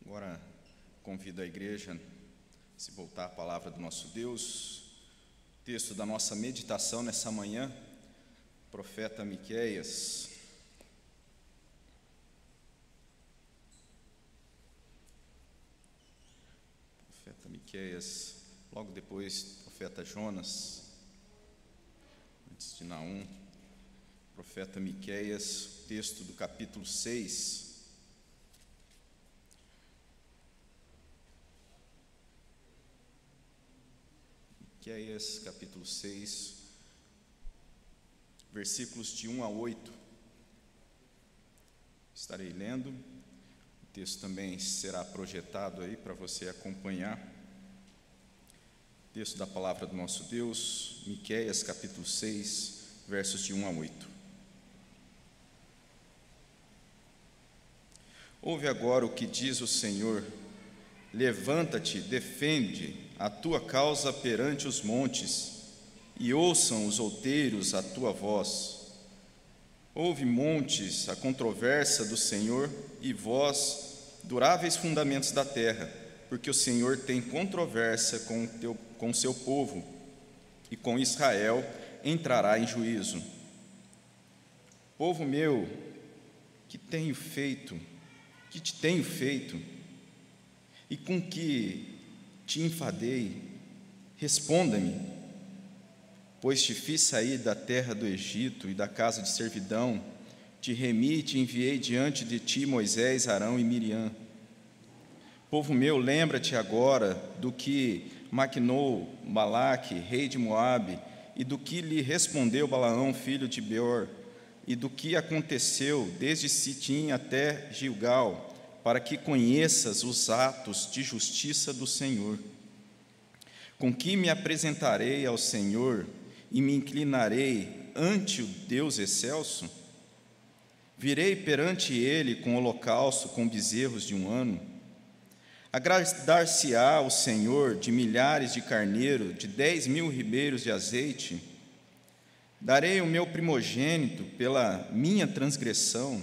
Agora convido a igreja a se voltar à palavra do nosso Deus. Texto da nossa meditação nessa manhã, profeta Miqueias. Profeta Miqueias, logo depois profeta Jonas, antes de Naum. Profeta Miqueias, texto do capítulo 6. Miqueias, capítulo 6, versículos de 1 a 8. Estarei lendo, o texto também será projetado aí para você acompanhar. Texto da palavra do nosso Deus, Miqueias, capítulo 6, versos de 1 a 8. Ouve agora o que diz o Senhor: levanta-te, defende a tua causa perante os montes, e ouçam os outeiros a tua voz. Ouve, montes, a controvérsia do Senhor, e vós, duráveis fundamentos da terra, porque o Senhor tem controvérsia com o seu povo, e com Israel entrará em juízo. Povo meu, que te tenho feito, e com que te enfadei? Responda-me, pois te fiz sair da terra do Egito e da casa de servidão, te remi e te enviei diante de ti Moisés, Arão e Miriam. Povo meu, lembra-te agora do que maquinou Balaque, rei de Moabe, e do que lhe respondeu Balaão, filho de Beor, e do que aconteceu desde Sitim até Gilgal, para que conheças os atos de justiça do Senhor. Com que me apresentarei ao Senhor e me inclinarei ante o Deus excelso? Virei perante ele com holocausto, com bezerros de um ano? Agradar-se-á o Senhor de milhares de carneiro, de 10.000 ribeiros de azeite? Darei o meu primogênito pela minha transgressão,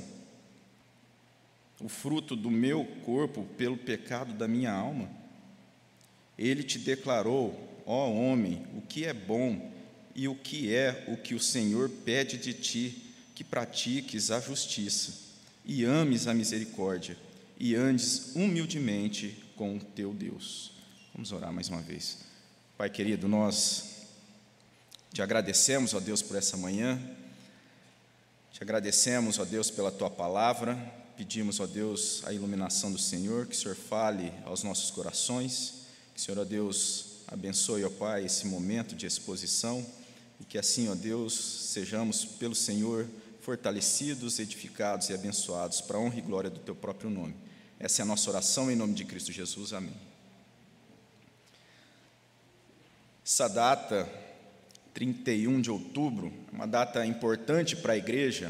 o fruto do meu corpo pelo pecado da minha alma? Ele te declarou, ó homem, o que é bom e o que o Senhor pede de ti, que pratiques a justiça, e ames a misericórdia, e andes humildemente com o teu Deus. Vamos orar mais uma vez. Pai querido, nós te agradecemos, ó Deus, por essa manhã, te agradecemos, ó Deus, pela tua palavra. Pedimos, ó Deus, a iluminação do Senhor, que o Senhor fale aos nossos corações, que o Senhor, ó Deus, abençoe, ó Pai, esse momento de exposição, e que assim, ó Deus, sejamos pelo Senhor fortalecidos, edificados e abençoados para a honra e glória do teu próprio nome. Essa é a nossa oração em nome de Cristo Jesus. Amém. Essa data, 31 de outubro, é uma data importante para a igreja,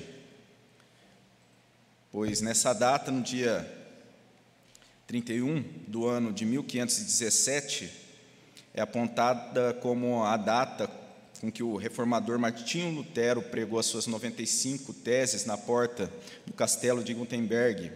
pois nessa data, no dia 31 do ano de 1517, é apontada como a data com que o reformador Martinho Lutero pregou as suas 95 teses na porta do castelo de Gutenberg.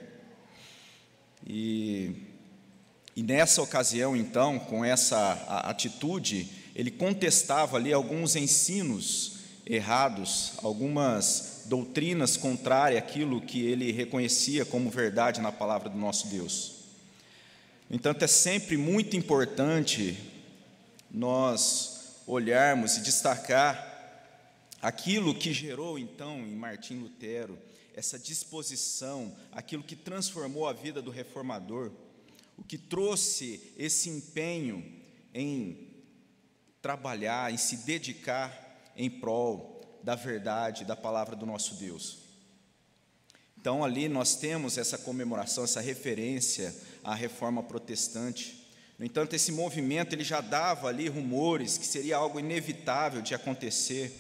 E nessa ocasião, então, com essa atitude, ele contestava ali alguns ensinos errados, algumas doutrinas contrárias àquilo que ele reconhecia como verdade na palavra do nosso Deus. No entanto, é sempre muito importante nós olharmos e destacar aquilo que gerou, então, em Martim Lutero, essa disposição, aquilo que transformou a vida do reformador, o que trouxe esse empenho em trabalhar, em se dedicar em prol da verdade, da palavra do nosso Deus. Então, ali nós temos essa comemoração, essa referência à reforma protestante. No entanto, esse movimento ele já dava ali rumores que seria algo inevitável de acontecer.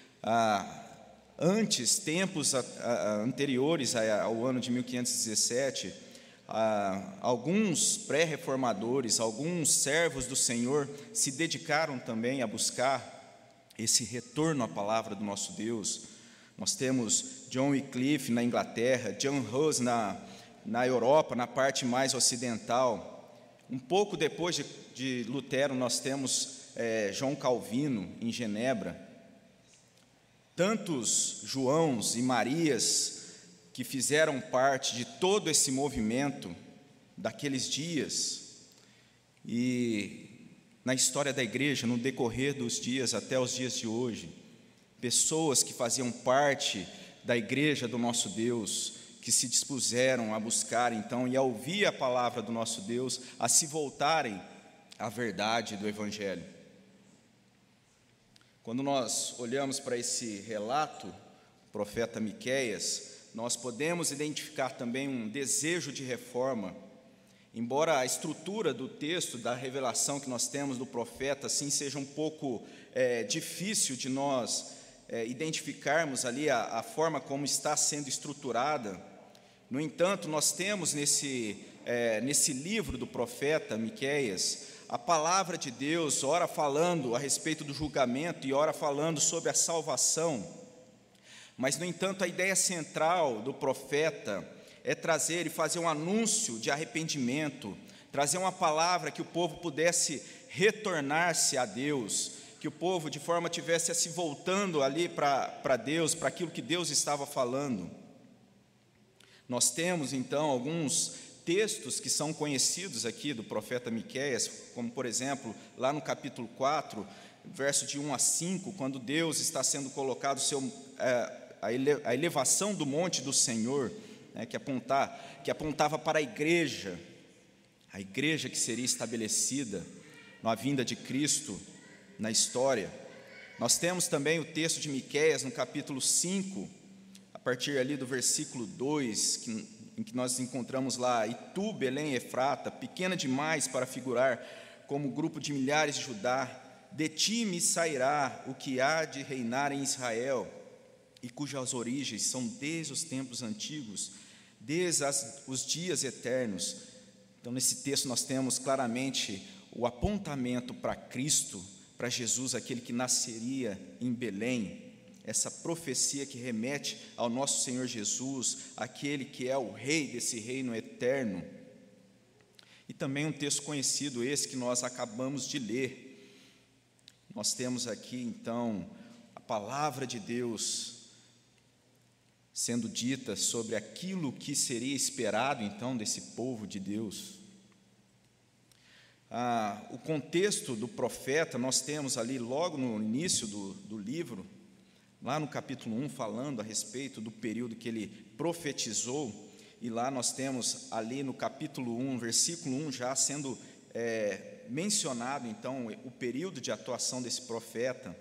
Antes, tempos anteriores ao ano de 1517, alguns pré-reformadores, alguns servos do Senhor se dedicaram também a buscar esse retorno à palavra do nosso Deus. Nós temos John Wycliffe na Inglaterra, John Hus na Europa, na parte mais ocidental. Um pouco depois de Lutero, nós temos João Calvino, em Genebra. Tantos Joãos e Marias que fizeram parte de todo esse movimento daqueles dias, e na história da igreja, no decorrer dos dias até os dias de hoje, pessoas que faziam parte da igreja do nosso Deus, que se dispuseram a buscar então e a ouvir a palavra do nosso Deus, a se voltarem à verdade do Evangelho. Quando nós olhamos para esse relato, o profeta Miqueias, nós podemos identificar também um desejo de reforma. Embora a estrutura do texto, da revelação que nós temos do profeta, assim, seja um pouco difícil de nós identificarmos ali a forma como está sendo estruturada, no entanto, nós temos nesse livro do profeta Miqueias, a palavra de Deus, ora falando a respeito do julgamento e ora falando sobre a salvação. Mas, no entanto, a ideia central do profeta é trazer e fazer um anúncio de arrependimento, trazer uma palavra que o povo pudesse retornar-se a Deus, que o povo de forma tivesse se voltando ali para Deus, para aquilo que Deus estava falando. Nós temos então alguns textos que são conhecidos aqui do profeta Miqueias, como por exemplo, lá no capítulo 4, verso de 1 a 5, quando Deus está sendo colocado a elevação do monte do Senhor, que apontava para a igreja que seria estabelecida na vinda de Cristo na história. Nós temos também o texto de Miqueias no capítulo 5, a partir ali do versículo 2, em que nós encontramos lá: "E tu, Belém Efrata, pequena demais para figurar como grupo de milhares de Judá, de ti me sairá o que há de reinar em Israel, e cujas origens são desde os tempos antigos, desde os dias eternos." Então, nesse texto nós temos claramente o apontamento para Cristo, para Jesus, aquele que nasceria em Belém, essa profecia que remete ao nosso Senhor Jesus, aquele que é o rei desse reino eterno. E também um texto conhecido, esse que nós acabamos de ler. Nós temos aqui, então, a palavra de Deus sendo dita sobre aquilo que seria esperado, então, desse povo de Deus. O contexto do profeta, nós temos ali, logo no início do livro, lá no capítulo 1, falando a respeito do período que ele profetizou, e lá nós temos ali no capítulo 1, versículo 1, já sendo mencionado, então, o período de atuação desse profeta.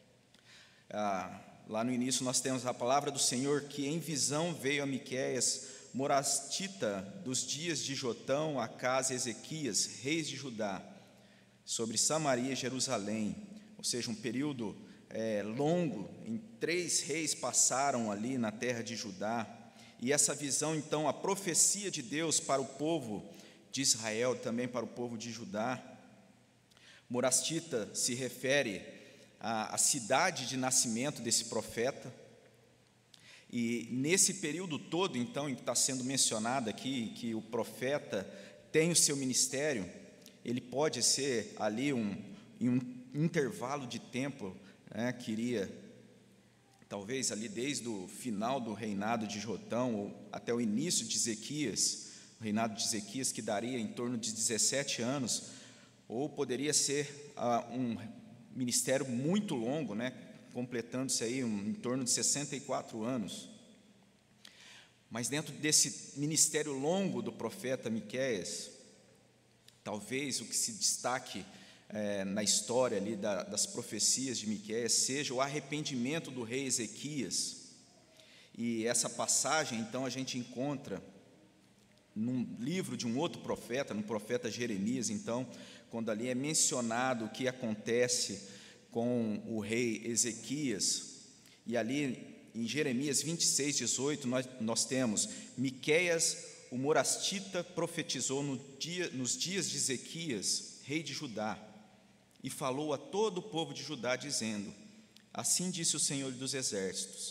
Lá no início nós temos a palavra do Senhor que em visão veio a Miqueias, morastita, dos dias de Jotão, Acás e Ezequias, reis de Judá, sobre Samaria e Jerusalém. Ou seja, um período longo, em 3 reis passaram ali na terra de Judá. E essa visão, então, a profecia de Deus para o povo de Israel, também para o povo de Judá. Morastita se refere a cidade de nascimento desse profeta, e nesse período todo, então, em que está sendo mencionado aqui, que o profeta tem o seu ministério, ele pode ser ali em um intervalo de tempo, que iria, talvez ali desde o final do reinado de Jotão, ou até o início de Ezequias, o reinado de Ezequias, que daria em torno de 17 anos, ou poderia ser um ministério muito longo, completando-se aí em torno de 64 anos. Mas dentro desse ministério longo do profeta Miqueias, talvez o que se destaque na história ali das profecias de Miqueias seja o arrependimento do rei Ezequias. E essa passagem, então, a gente encontra num livro de um outro profeta, no profeta Jeremias, então, quando ali é mencionado o que acontece com o rei Ezequias. E ali em Jeremias 26, 18, nós temos: Miqueias, o morastita, profetizou nos dias de Ezequias, rei de Judá, e falou a todo o povo de Judá, dizendo: assim disse o Senhor dos Exércitos,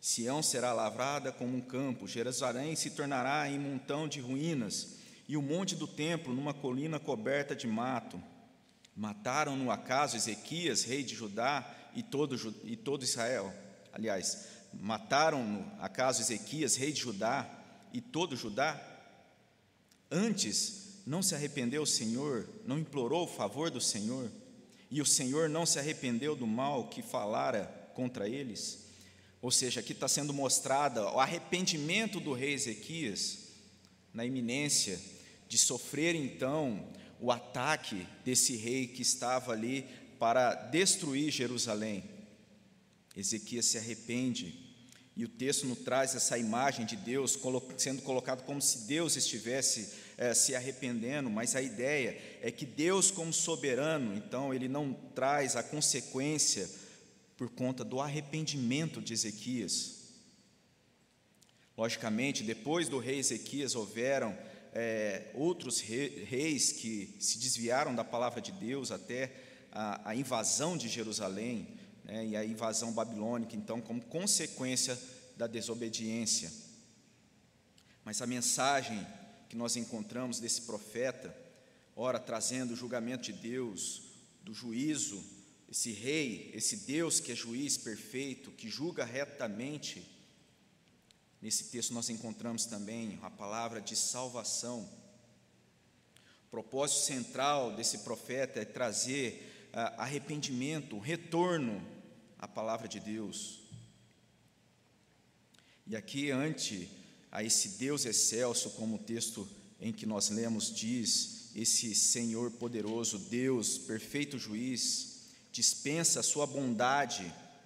Sião será lavrada como um campo, Jerusalém se tornará em montão de ruínas, e o monte do templo numa colina coberta de mato. Mataram no acaso Ezequias, rei de Judá, e todo Israel. Aliás, mataram no acaso Ezequias, rei de Judá, e todo Judá? Antes, não se arrependeu o Senhor, não implorou o favor do Senhor, e o Senhor não se arrependeu do mal que falara contra eles? Ou seja, aqui está sendo mostrada o arrependimento do rei Ezequias, na iminência de sofrer então o ataque desse rei que estava ali para destruir Jerusalém. Ezequias se arrepende, e o texto nos traz essa imagem de Deus sendo colocado como se Deus estivesse se arrependendo, mas a ideia é que Deus, como soberano, então ele não traz a consequência por conta do arrependimento de Ezequias. Logicamente, depois do rei Ezequias houveram outros reis que se desviaram da palavra de Deus até a invasão de Jerusalém, né, e a invasão babilônica, então, como consequência da desobediência. Mas a mensagem que nós encontramos desse profeta, ora trazendo o julgamento de Deus, do juízo, esse rei, esse Deus que é juiz perfeito, que julga retamente, nesse texto nós encontramos também a palavra de salvação. O propósito central desse profeta é trazer arrependimento, retorno à palavra de Deus. E aqui, ante a esse Deus excelso, como o texto em que nós lemos diz, esse Senhor poderoso, Deus, perfeito juiz, dispensa a sua bondade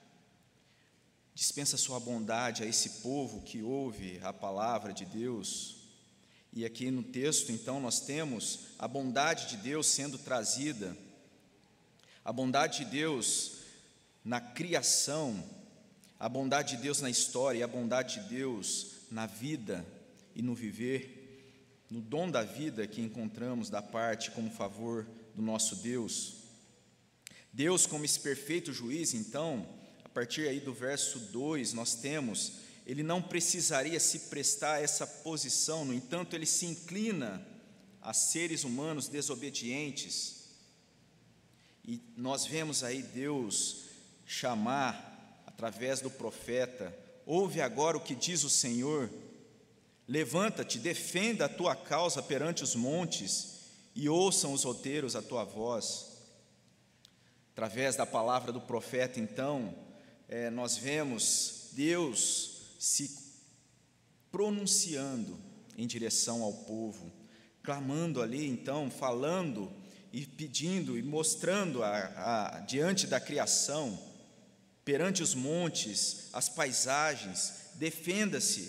a esse povo que ouve a palavra de Deus. E aqui no texto, então, nós temos a bondade de Deus sendo trazida, a bondade de Deus na criação, a bondade de Deus na história, e a bondade de Deus na vida e no viver, no dom da vida que encontramos da parte como favor do nosso Deus. Deus, como esse perfeito juiz, então, a partir aí do verso 2, nós temos, ele não precisaria se prestar a essa posição, no entanto, ele se inclina a seres humanos desobedientes, e nós vemos aí Deus chamar, através do profeta: ouve agora o que diz o Senhor, levanta-te, defenda a tua causa perante os montes, e ouçam os outeiros a tua voz. Através da palavra do profeta, então, nós vemos Deus se pronunciando em direção ao povo, clamando ali, então, falando e pedindo e mostrando diante da criação, perante os montes, as paisagens, defenda-se.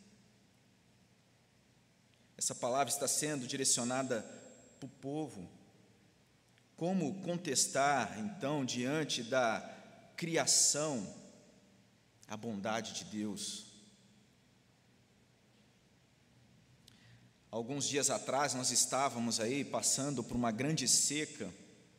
Essa palavra está sendo direcionada para o povo. Como contestar, então, diante da criação, a bondade de Deus? Alguns dias atrás nós estávamos aí passando por uma grande seca,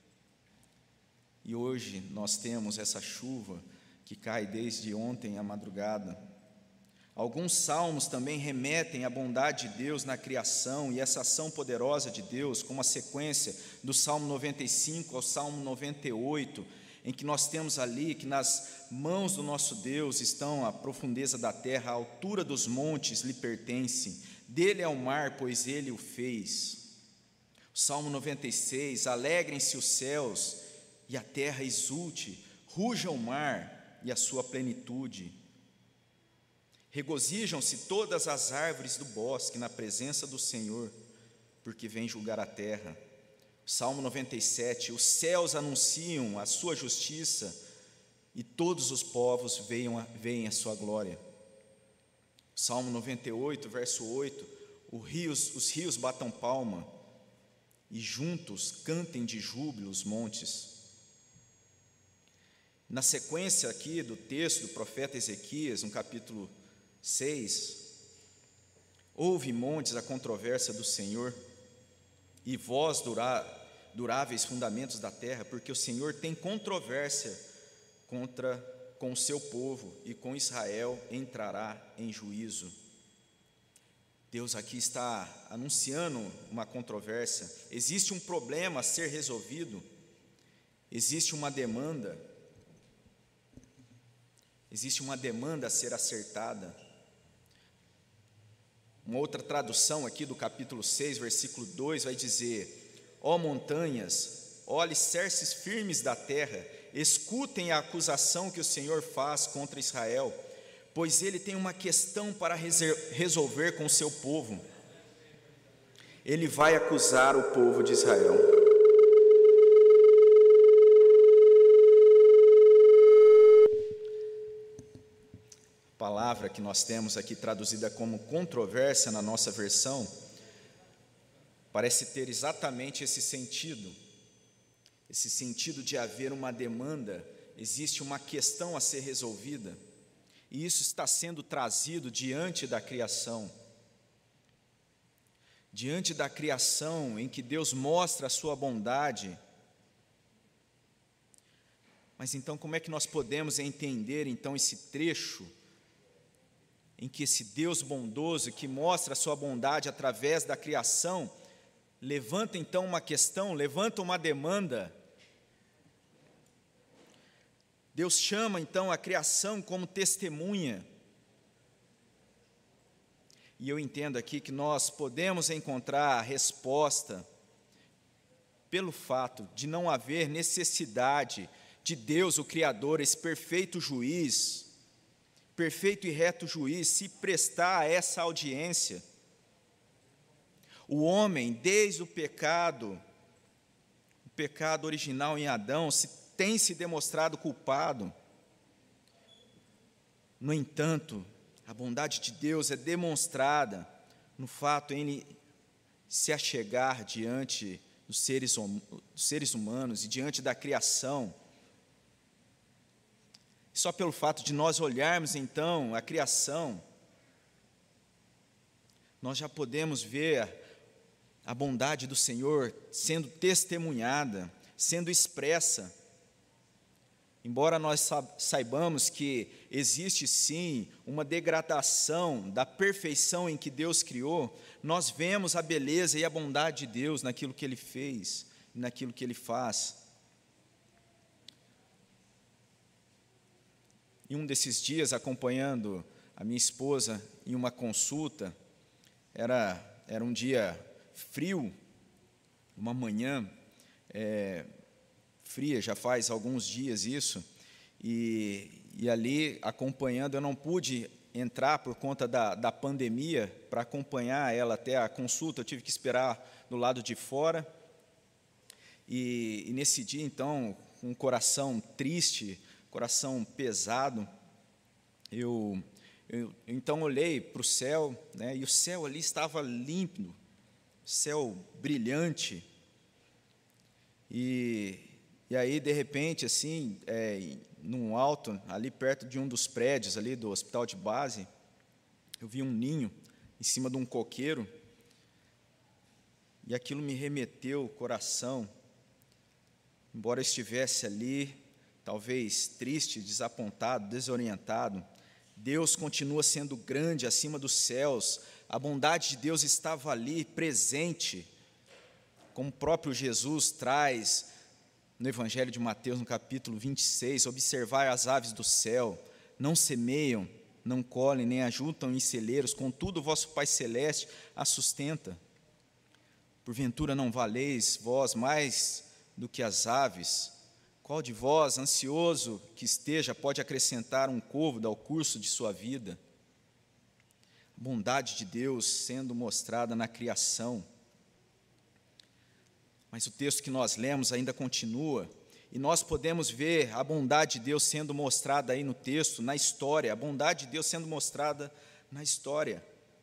e hoje nós temos essa chuva que cai desde ontem à madrugada. Alguns salmos também remetem à bondade de Deus na criação e essa ação poderosa de Deus, como a sequência do Salmo 95 ao Salmo 98, em que nós temos ali que nas mãos do nosso Deus estão a profundeza da terra, a altura dos montes lhe pertence, dele é o mar, pois ele o fez. O Salmo 96, alegrem-se os céus e a terra exulte, ruja o mar e a sua plenitude. Regozijam-se todas as árvores do bosque na presença do Senhor, porque vem julgar a terra. Salmo 97, os céus anunciam a sua justiça e todos os povos veem a sua glória. Salmo 98, verso 8, os rios batam palma e juntos cantem de júbilo os montes. Na sequência aqui do texto do profeta Ezequias, no capítulo 6, ouve montes a controvérsia do Senhor, e vós duráveis fundamentos da terra, porque o Senhor tem controvérsia contra com o seu povo e com Israel entrará em juízo. Deus aqui está anunciando uma controvérsia. Existe um problema a ser resolvido, existe uma demanda a ser acertada. Uma outra tradução aqui do capítulo 6, versículo 2, vai dizer: ó montanhas, ó alicerces firmes da terra, escutem a acusação que o Senhor faz contra Israel, pois ele tem uma questão para resolver com o seu povo. Ele vai acusar o povo de Israel. A palavra que nós temos aqui traduzida como controvérsia na nossa versão, parece ter exatamente esse sentido de haver uma demanda, existe uma questão a ser resolvida, e isso está sendo trazido diante da criação em que Deus mostra a sua bondade. Mas então, como é que nós podemos entender então esse trecho em que esse Deus bondoso, que mostra a sua bondade através da criação, levanta então uma questão, levanta uma demanda? Deus chama então a criação como testemunha. E eu entendo aqui que nós podemos encontrar a resposta pelo fato de não haver necessidade de Deus, o Criador, esse perfeito juiz, perfeito e reto juiz, se prestar a essa audiência. O homem, desde o pecado original em Adão, tem se demonstrado culpado. No entanto, a bondade de Deus é demonstrada no fato em Ele se achegar diante dos seres humanos e diante da criação. Só pelo fato de nós olharmos então a criação, nós já podemos ver a bondade do Senhor sendo testemunhada, sendo expressa. Embora nós saibamos que existe sim uma degradação da perfeição em que Deus criou, nós vemos a beleza e a bondade de Deus naquilo que Ele fez, naquilo que Ele faz. E um desses dias, acompanhando a minha esposa em uma consulta, era um dia frio, uma manhã fria, já faz alguns dias isso, e ali acompanhando, eu não pude entrar por conta da pandemia para acompanhar ela até a consulta, eu tive que esperar do lado de fora, e nesse dia então, com o coração triste, coração pesado, eu então olhei para o céu, né, e o céu ali estava límpido, céu brilhante, e aí, de repente, assim, num alto, ali perto de um dos prédios ali do hospital de base, eu vi um ninho em cima de um coqueiro, e aquilo me remeteu o coração, embora eu estivesse ali, talvez triste, desapontado, desorientado, Deus continua sendo grande acima dos céus, a bondade de Deus estava ali, presente, como o próprio Jesus traz no Evangelho de Mateus, no capítulo 26, observai as aves do céu, não semeiam, não colhem, nem ajuntam em celeiros, contudo o vosso Pai Celeste as sustenta. Porventura não valeis vós mais do que as aves? Qual de vós, ansioso que esteja, pode acrescentar um côvado ao curso de sua vida? A bondade de Deus sendo mostrada na criação. Mas o texto que nós lemos ainda continua, e nós podemos ver a bondade de Deus sendo mostrada aí no texto, na história, a bondade de Deus sendo mostrada na história.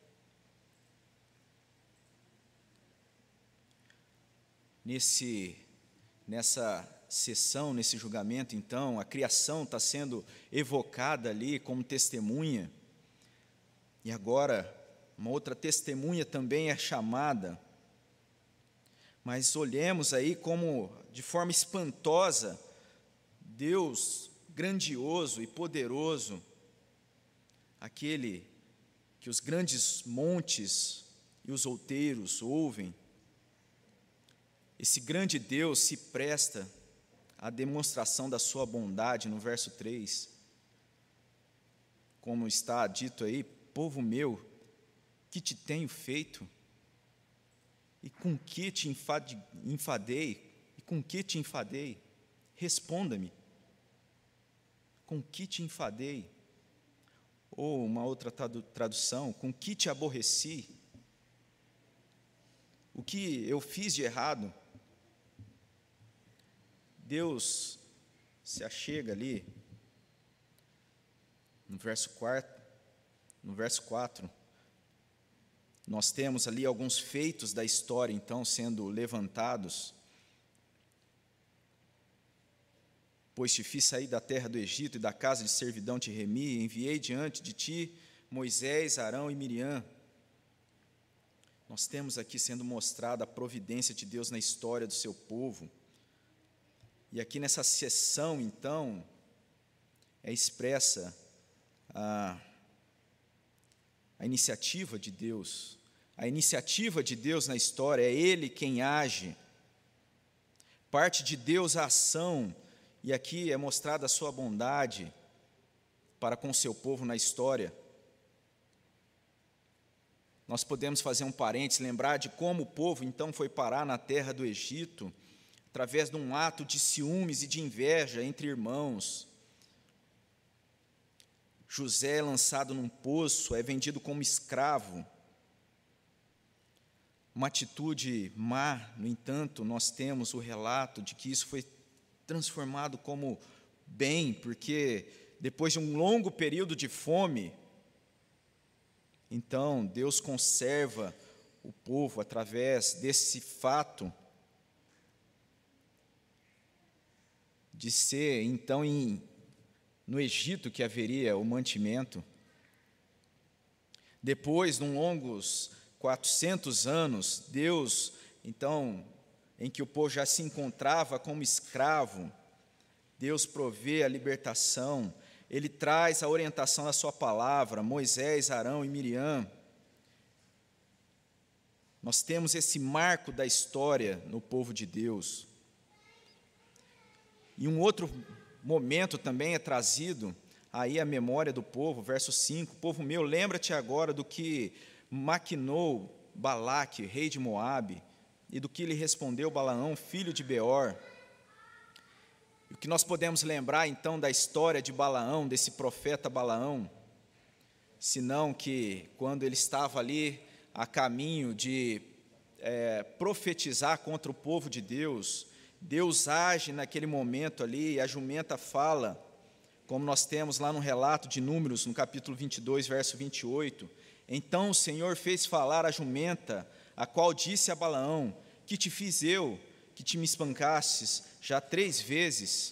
Nessa sessão, nesse julgamento, então, a criação está sendo evocada ali como testemunha, e agora uma outra testemunha também é chamada. Mas olhemos aí como, de forma espantosa, Deus grandioso e poderoso, aquele que os grandes montes e os outeiros ouvem, esse grande Deus se presta à demonstração da sua bondade no verso 3, como está dito aí: povo meu, que te tenho feito? E com que te enfadei? E com que te enfadei? Responda-me. Com que te enfadei? Ou uma outra tradução: com que te aborreci? O que eu fiz de errado? Deus se achega ali, no verso 4, nós temos ali alguns feitos da história, então, sendo levantados. Pois te fiz sair da terra do Egito e da casa de servidão te remi, enviei diante de ti Moisés, Arão e Miriam. Nós temos aqui sendo mostrada a providência de Deus na história do seu povo. E aqui nessa seção, então, é expressa a iniciativa de Deus. A iniciativa de Deus na história, é Ele quem age. Parte de Deus a ação, e aqui é mostrada a sua bondade para com o seu povo na história. Nós podemos fazer um parênteses, lembrar de como o povo então foi parar na terra do Egito, através de um ato de ciúmes e de inveja entre irmãos. José é lançado num poço, é vendido como escravo. Uma atitude má, no entanto, nós temos o relato de que isso foi transformado como bem, porque depois de um longo período de fome, então Deus conserva o povo através desse fato de ser, então, no Egito que haveria o mantimento. Depois de longos 400 anos, Deus, então, em que o povo já se encontrava como escravo, Deus provê a libertação, Ele traz a orientação da sua palavra, Moisés, Arão e Miriam. Nós temos esse marco da história no povo de Deus. E um outro momento também é trazido aí à memória do povo, verso 5, povo meu, lembra-te agora do que maquinou Balaque, rei de Moabe, e do que lhe respondeu Balaão, filho de Beor. E o que nós podemos lembrar então da história de Balaão, desse profeta Balaão, senão que quando ele estava ali a caminho de profetizar contra o povo de Deus, Deus age naquele momento ali, e a jumenta fala, como nós temos lá no relato de Números, no capítulo 22, verso 28, então o Senhor fez falar a jumenta, a qual disse a Balaão, que te fiz eu, que te me espancastes já 3 vezes.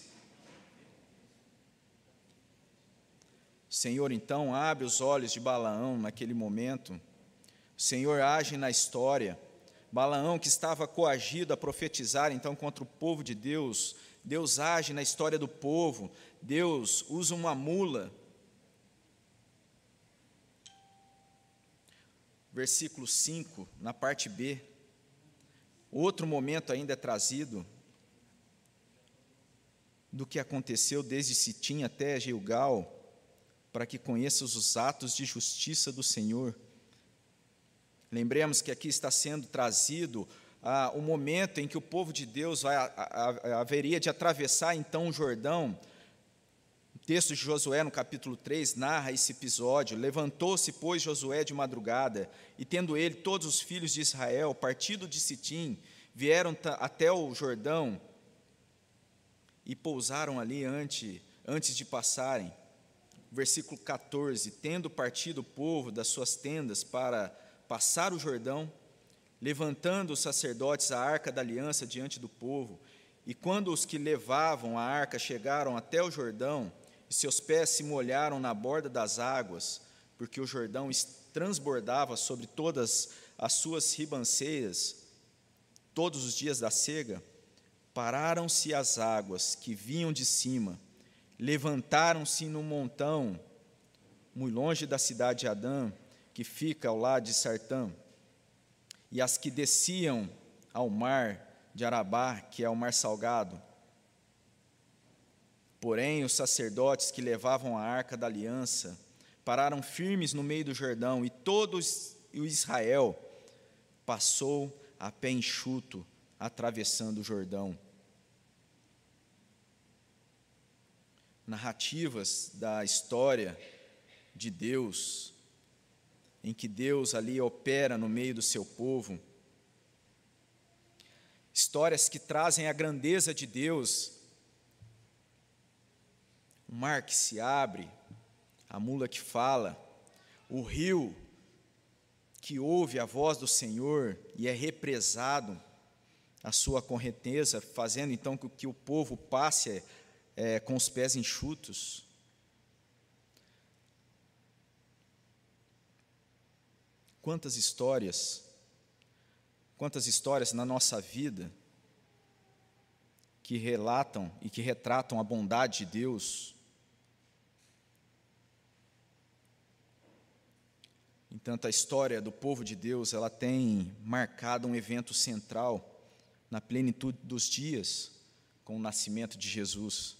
O Senhor então abre os olhos de Balaão naquele momento, o Senhor age na história. Balaão, que estava coagido a profetizar então contra o povo de Deus, Deus age na história do povo, Deus usa uma mula. Versículo 5, na parte B, outro momento ainda é trazido do que aconteceu desde Sitim até Gilgal, para que conheças os atos de justiça do Senhor. Lembremos que aqui está sendo trazido o momento em que o povo de Deus haveria de atravessar então o Jordão. O texto de Josué, no capítulo 3, narra esse episódio. Levantou-se, pois, Josué de madrugada, e tendo ele todos os filhos de Israel, partido de Sitim, vieram até o Jordão e pousaram ali antes de passarem. Versículo 14, tendo partido o povo das suas tendas para passar o Jordão, levantando os sacerdotes a arca da aliança diante do povo, e quando os que levavam a arca chegaram até o Jordão, e seus pés se molharam na borda das águas, porque o Jordão transbordava sobre todas as suas ribanceiras, todos os dias da cega, pararam-se as águas que vinham de cima, levantaram-se num montão, muito longe da cidade de Adã, que fica ao lado de Sartã, e as que desciam ao mar de Arabá, que é o mar salgado. Porém, os sacerdotes que levavam a arca da aliança pararam firmes no meio do Jordão, e todo o Israel passou a pé enxuto, atravessando o Jordão. Narrativas da história de Deus, em que Deus ali opera no meio do seu povo. Histórias que trazem a grandeza de Deus. O mar que se abre, a mula que fala, o rio que ouve a voz do Senhor e é represado a sua correnteza, fazendo então que o povo passe com os pés enxutos. Quantas histórias na nossa vida que relatam e que retratam a bondade de Deus. Entanto, a história do povo de Deus, ela tem marcado um evento central na plenitude dos dias, com o nascimento de Jesus.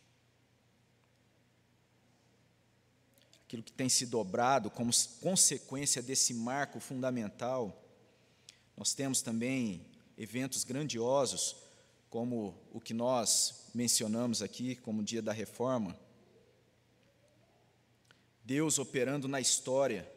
Aquilo que tem se dobrado como consequência desse marco fundamental. Nós temos também eventos grandiosos, como o que nós mencionamos aqui, como o Dia da Reforma. Deus operando na história.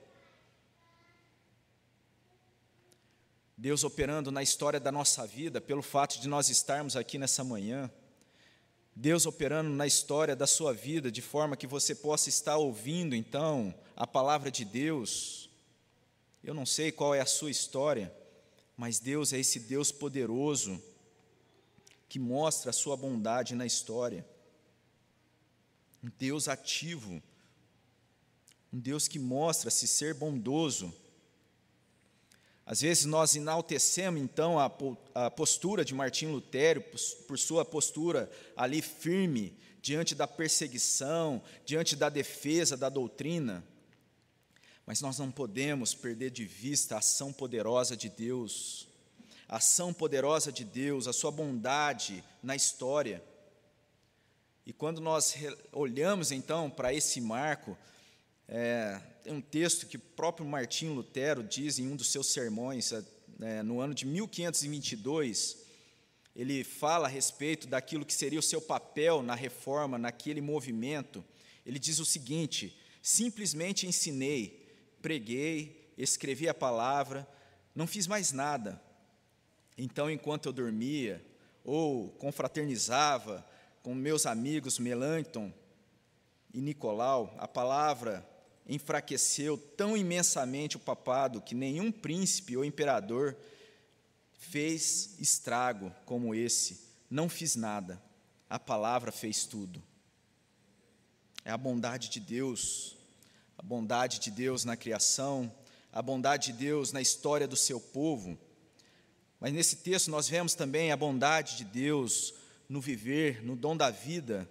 Deus operando na história da nossa vida, pelo fato de nós estarmos aqui nessa manhã. Deus operando na história da sua vida, de forma que você possa estar ouvindo, então, a palavra de Deus. Eu não sei qual é a sua história, mas Deus é esse Deus poderoso, que mostra a sua bondade na história. Um Deus ativo, um Deus que mostra-se ser bondoso. Às vezes nós enaltecemos, então, a postura de Martinho Lutero, por sua postura ali firme, diante da perseguição, diante da defesa da doutrina. Mas nós não podemos perder de vista a ação poderosa de Deus, a ação poderosa de Deus, a sua bondade na história. E quando nós olhamos, então, para esse marco, tem um texto que o próprio Martinho Lutero diz em um dos seus sermões, no ano de 1522, ele fala a respeito daquilo que seria o seu papel na reforma, naquele movimento. Ele diz o seguinte: simplesmente ensinei, preguei, escrevi a palavra, não fiz mais nada. Então, enquanto eu dormia, ou confraternizava com meus amigos Melanchthon e Nicolau, a palavra enfraqueceu tão imensamente o papado que nenhum príncipe ou imperador fez estrago como esse. Não fiz nada, a palavra fez tudo. É a bondade de Deus na criação, a bondade de Deus na história do seu povo. Mas nesse texto nós vemos também a bondade de Deus no viver, no dom da vida.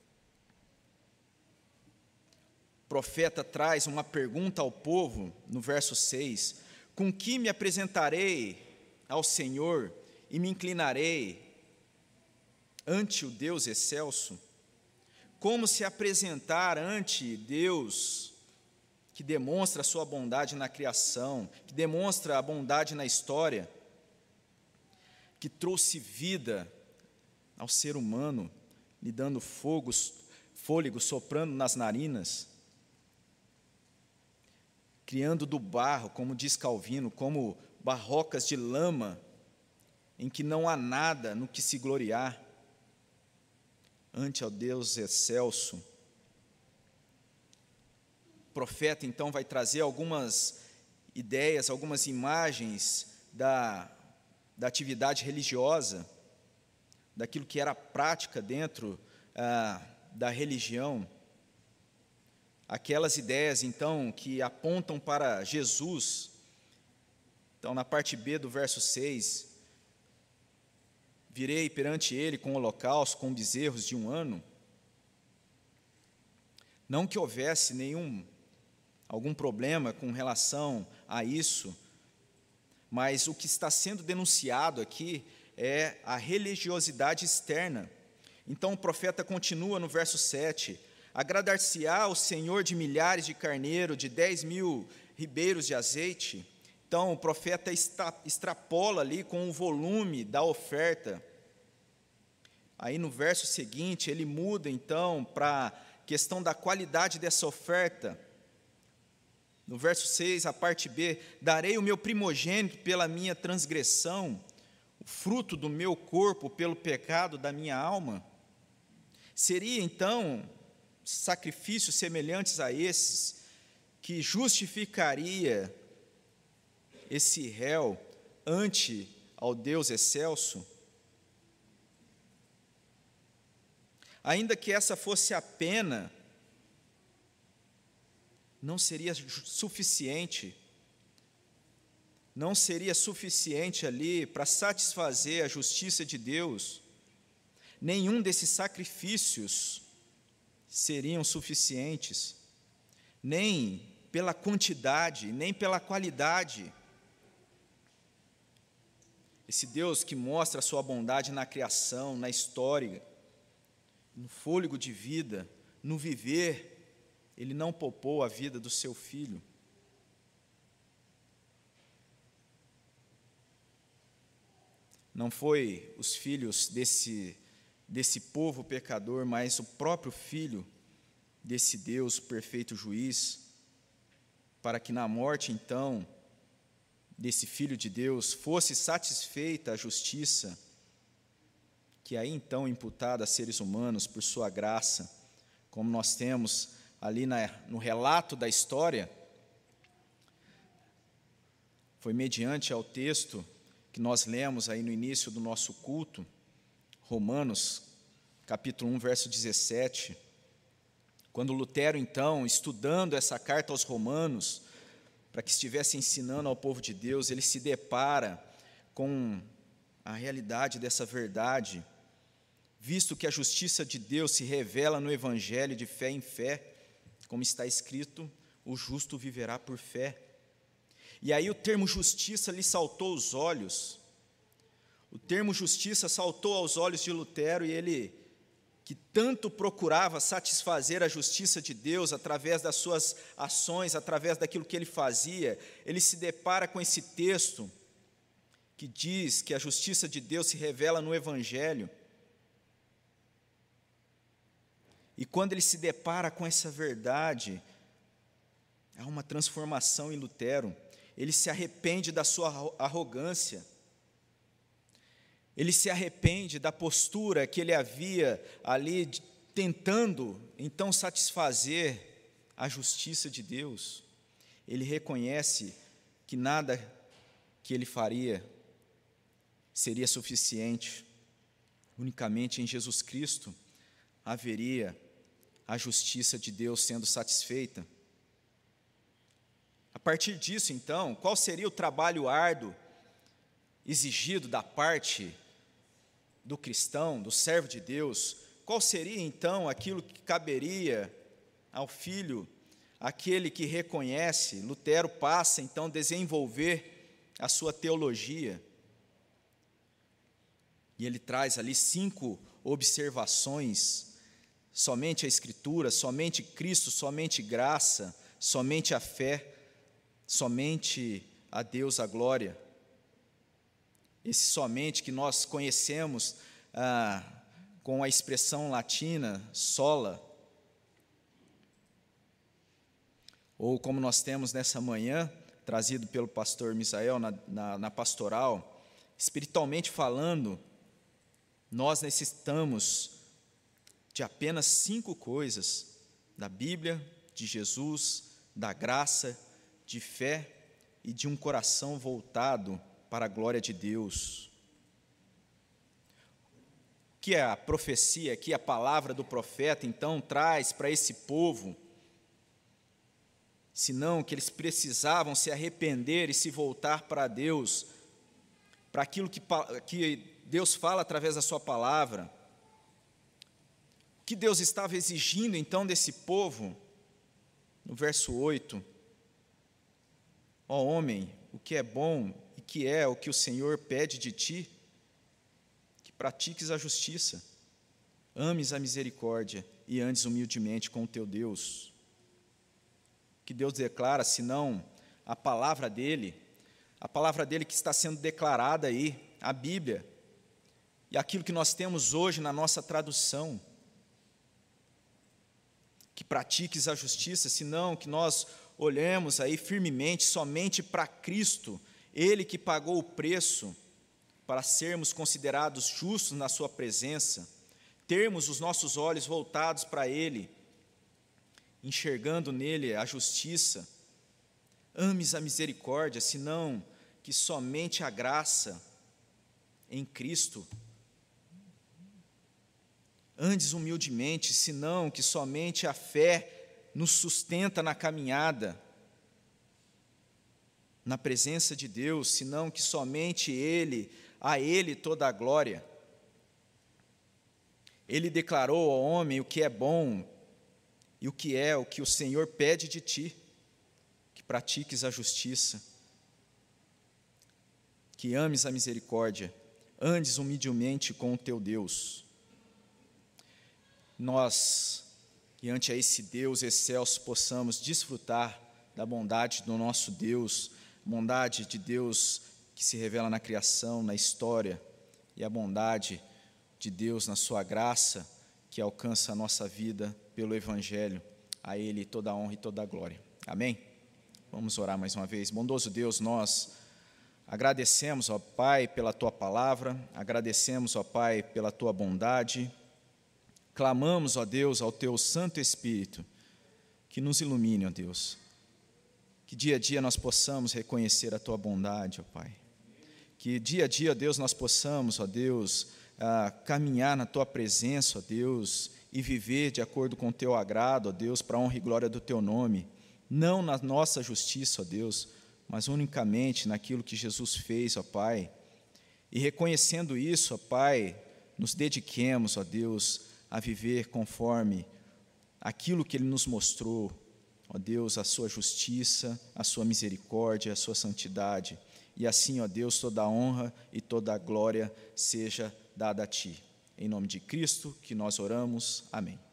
O profeta traz uma pergunta ao povo, no verso 6, com que me apresentarei ao Senhor e me inclinarei ante o Deus excelso? Como se apresentar ante Deus, que demonstra a sua bondade na criação, que demonstra a bondade na história, que trouxe vida ao ser humano, lhe dando fôlego soprando nas narinas, criando do barro, como diz Calvino, como barrocas de lama, em que não há nada no que se gloriar, ante ao Deus excelso. O profeta, então, vai trazer algumas ideias, algumas imagens da atividade religiosa, daquilo que era prática dentro da religião. Aquelas ideias, então, que apontam para Jesus. Então, na parte B do verso 6, virei perante ele com holocausto, com bezerros de 1 ano. Não que houvesse algum problema com relação a isso, mas o que está sendo denunciado aqui é a religiosidade externa. Então o profeta continua no verso 7, agradar-se-á o Senhor de milhares de carneiro, de 10.000 ribeiros de azeite. Então o profeta extrapola ali com o volume da oferta. Aí no verso seguinte ele muda então para a questão da qualidade dessa oferta. No verso 6, a parte B, darei o meu primogênito pela minha transgressão, o fruto do meu corpo pelo pecado da minha alma. Seria, então, sacrifícios semelhantes a esses que justificaria esse réu ante ao Deus excelso? Ainda que essa fosse a pena, não seria suficiente ali para satisfazer a justiça de Deus. Nenhum desses sacrifícios seriam suficientes, nem pela quantidade, nem pela qualidade. Esse Deus que mostra a sua bondade na criação, na história, no fôlego de vida, no viver, Ele não poupou a vida do seu Filho. Não foi os filhos desse povo pecador, mas o próprio Filho desse Deus, perfeito juiz, para que na morte, então, desse Filho de Deus, fosse satisfeita a justiça, que aí, então, imputada a seres humanos por sua graça, como nós temos ali no relato da história, foi mediante ao texto que nós lemos aí no início do nosso culto, Romanos, capítulo 1, verso 17, quando Lutero, então, estudando essa carta aos Romanos, para que estivesse ensinando ao povo de Deus, ele se depara com a realidade dessa verdade, visto que a justiça de Deus se revela no Evangelho de fé em fé, como está escrito, o justo viverá por fé. E aí o termo justiça lhe saltou aos olhos. O termo justiça saltou aos olhos de Lutero, e ele, que tanto procurava satisfazer a justiça de Deus através das suas ações, através daquilo que ele fazia, ele se depara com esse texto que diz que a justiça de Deus se revela no Evangelho. E quando ele se depara com essa verdade, há uma transformação em Lutero. Ele se arrepende da sua arrogância. Ele se arrepende da postura que ele havia ali tentando, então, satisfazer a justiça de Deus. Ele reconhece que nada que ele faria seria suficiente. Unicamente em Jesus Cristo haveria a justiça de Deus sendo satisfeita. A partir disso, então, qual seria o trabalho árduo exigido da parte do cristão, do servo de Deus? Qual seria, então, aquilo que caberia ao Filho, aquele que reconhece? Lutero passa, então, a desenvolver a sua teologia. E ele traz ali 5 observações: somente a Escritura, somente Cristo, somente graça, somente a fé, somente a Deus a glória. Esse somente que nós conhecemos com a expressão latina sola, ou como nós temos nessa manhã, trazido pelo pastor Misael na pastoral, espiritualmente falando, nós necessitamos de apenas 5 coisas: da Bíblia, de Jesus, da graça, de fé e de um coração voltado para a glória de Deus. O que a profecia, que a palavra do profeta, então, traz para esse povo? Senão que eles precisavam se arrepender e se voltar para Deus, para aquilo que Deus fala através da sua palavra. que Deus estava exigindo então desse povo? No verso 8: ó homem, o que é bom e que é o que o Senhor pede de ti? Que pratiques a justiça, ames a misericórdia e andes humildemente com o teu Deus. Que Deus declara, senão a palavra dele que está sendo declarada aí, a Bíblia, e aquilo que nós temos hoje na nossa tradução. Que pratiques a justiça, senão que nós olhemos aí firmemente somente para Cristo, Ele que pagou o preço para sermos considerados justos na sua presença, termos os nossos olhos voltados para Ele, enxergando nele a justiça. Ames a misericórdia, senão que somente a graça em Cristo. Andes humildemente, senão que somente a fé nos sustenta na caminhada, na presença de Deus, senão que somente a Ele toda a glória. Ele declarou ao homem o que é bom e o que o Senhor pede de ti, que pratiques a justiça, que ames a misericórdia, andes humildemente com o teu Deus. Nós, diante a esse Deus excelso, possamos desfrutar da bondade do nosso Deus, bondade de Deus que se revela na criação, na história, e a bondade de Deus na sua graça, que alcança a nossa vida pelo Evangelho. A Ele toda a honra e toda a glória. Amém? Vamos orar mais uma vez. Bondoso Deus, nós agradecemos, ó Pai, pela Tua palavra, agradecemos, ó Pai, pela Tua bondade. Clamamos, ó Deus, ao Teu Santo Espírito, que nos ilumine, ó Deus, que dia a dia nós possamos reconhecer a Tua bondade, ó Pai, que dia a dia, ó Deus, nós possamos, ó Deus, caminhar na Tua presença, ó Deus, e viver de acordo com o Teu agrado, ó Deus, para a honra e glória do Teu nome, não na nossa justiça, ó Deus, mas unicamente naquilo que Jesus fez, ó Pai, e reconhecendo isso, ó Pai, nos dediquemos, ó Deus, a viver conforme aquilo que Ele nos mostrou, ó Deus, a sua justiça, a sua misericórdia, a sua santidade, e assim, ó Deus, toda a honra e toda a glória seja dada a Ti. Em nome de Cristo que nós oramos, amém.